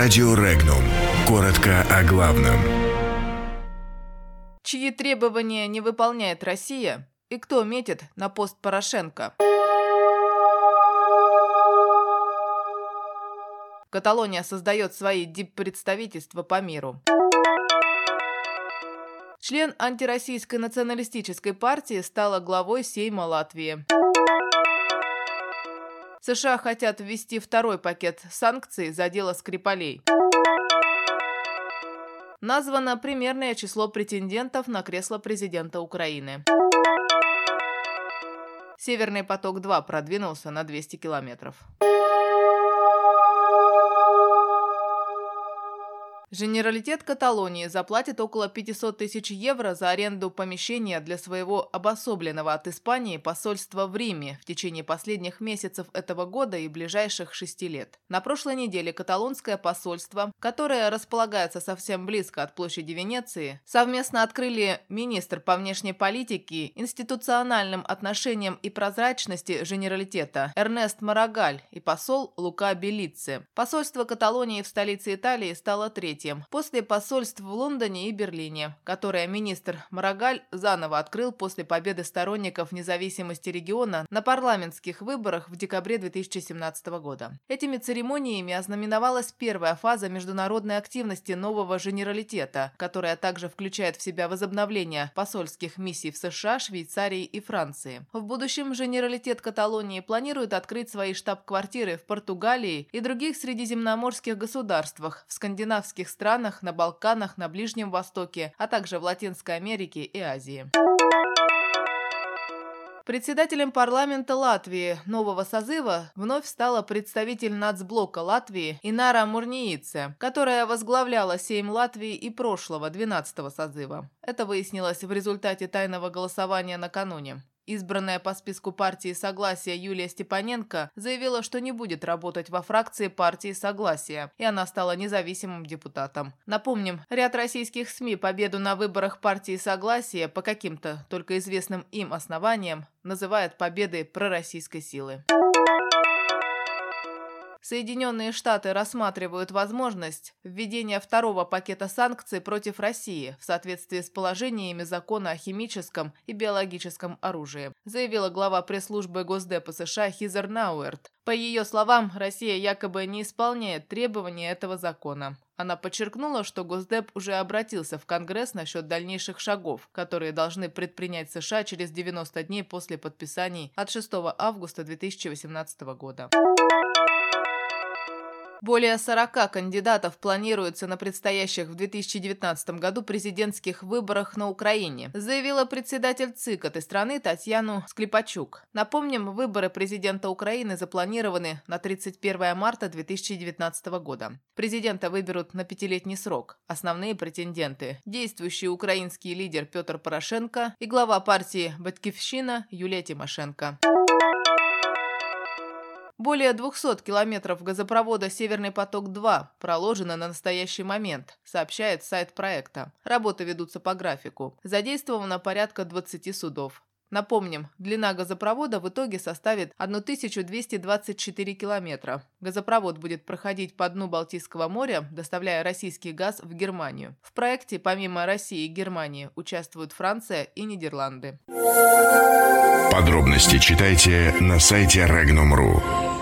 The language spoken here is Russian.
Радио Регнум. Коротко о главном. Чьи требования не выполняет Россия и кто метит на пост Порошенко? Каталония создает свои диппредставительства по миру. Член антироссийской националистической партии стала главой Сейма Латвии. США хотят ввести второй пакет санкций за дело Скрипалей. Названо примерное число претендентов на кресло президента Украины. Северный поток-2 продвинулся на 200 километров. Женералитет Каталонии заплатит около 500 тысяч евро за аренду помещения для своего обособленного от Испании посольства в Риме в течение последних месяцев этого года и ближайших 6 лет. На прошлой неделе каталонское посольство, которое располагается совсем близко от площади Венеции, совместно открыли министр по внешней политике, институциональным отношениям и прозрачности Женералитета Эрнест Марагаль и посол Лука Беллици. Посольство Каталонии в столице Италии стало третьим после посольств в Лондоне и Берлине, которое министр Марагаль заново открыл после победы сторонников независимости региона на парламентских выборах в декабре 2017 года. Этими церемониями ознаменовалась первая фаза международной активности нового Женералитета, которая также включает в себя возобновление посольских миссий в США, Швейцарии и Франции. В будущем Женералитет Каталонии планирует открыть свои штаб-квартиры в Португалии и других средиземноморских государствах, в скандинавских странах, на Балканах, на Ближнем Востоке, а также в Латинской Америке и Азии. Председателем парламента Латвии нового созыва вновь стала представитель нацблока Латвии Инара Мурниице, которая возглавляла Сейм Латвии и прошлого 12-го созыва. Это выяснилось в результате тайного голосования накануне. Избранная по списку партии Согласия Юлия Степаненко заявила, что не будет работать во фракции партии Согласия, и она стала независимым депутатом. Напомним, ряд российских СМИ победу на выборах партии Согласия по каким-то только известным им основаниям называют победой пророссийской силы. Соединенные Штаты рассматривают возможность введения второго пакета санкций против России в соответствии с положениями закона о химическом и биологическом оружии, заявила глава пресс-службы Госдепа США Хизер Науэрт. По ее словам, Россия якобы не исполняет требования этого закона. Она подчеркнула, что Госдеп уже обратился в Конгресс насчет дальнейших шагов, которые должны предпринять США через 90 дней после подписаний от 6 августа 2018 года. Более 40 кандидатов планируется на предстоящих в 2019 году президентских выборах на Украине, заявила председатель ЦИК этой страны Татьяна Склепачук. Напомним, выборы президента Украины запланированы на 31 марта 2019 года. Президента выберут на 5-летний срок. Основные претенденты – действующий украинский лидер Петр Порошенко и глава партии «Батькивщина» Юлия Тимошенко. Более 200 километров газопровода «Северный поток-2» проложено на настоящий момент, сообщает сайт проекта. Работы ведутся по графику. Задействовано порядка 20 судов. Напомним, длина газопровода в итоге составит 1224 километра. Газопровод будет проходить по дну Балтийского моря, доставляя российский газ в Германию. В проекте помимо России и Германии участвуют Франция и Нидерланды. Подробности читайте на сайте Regnum.ru.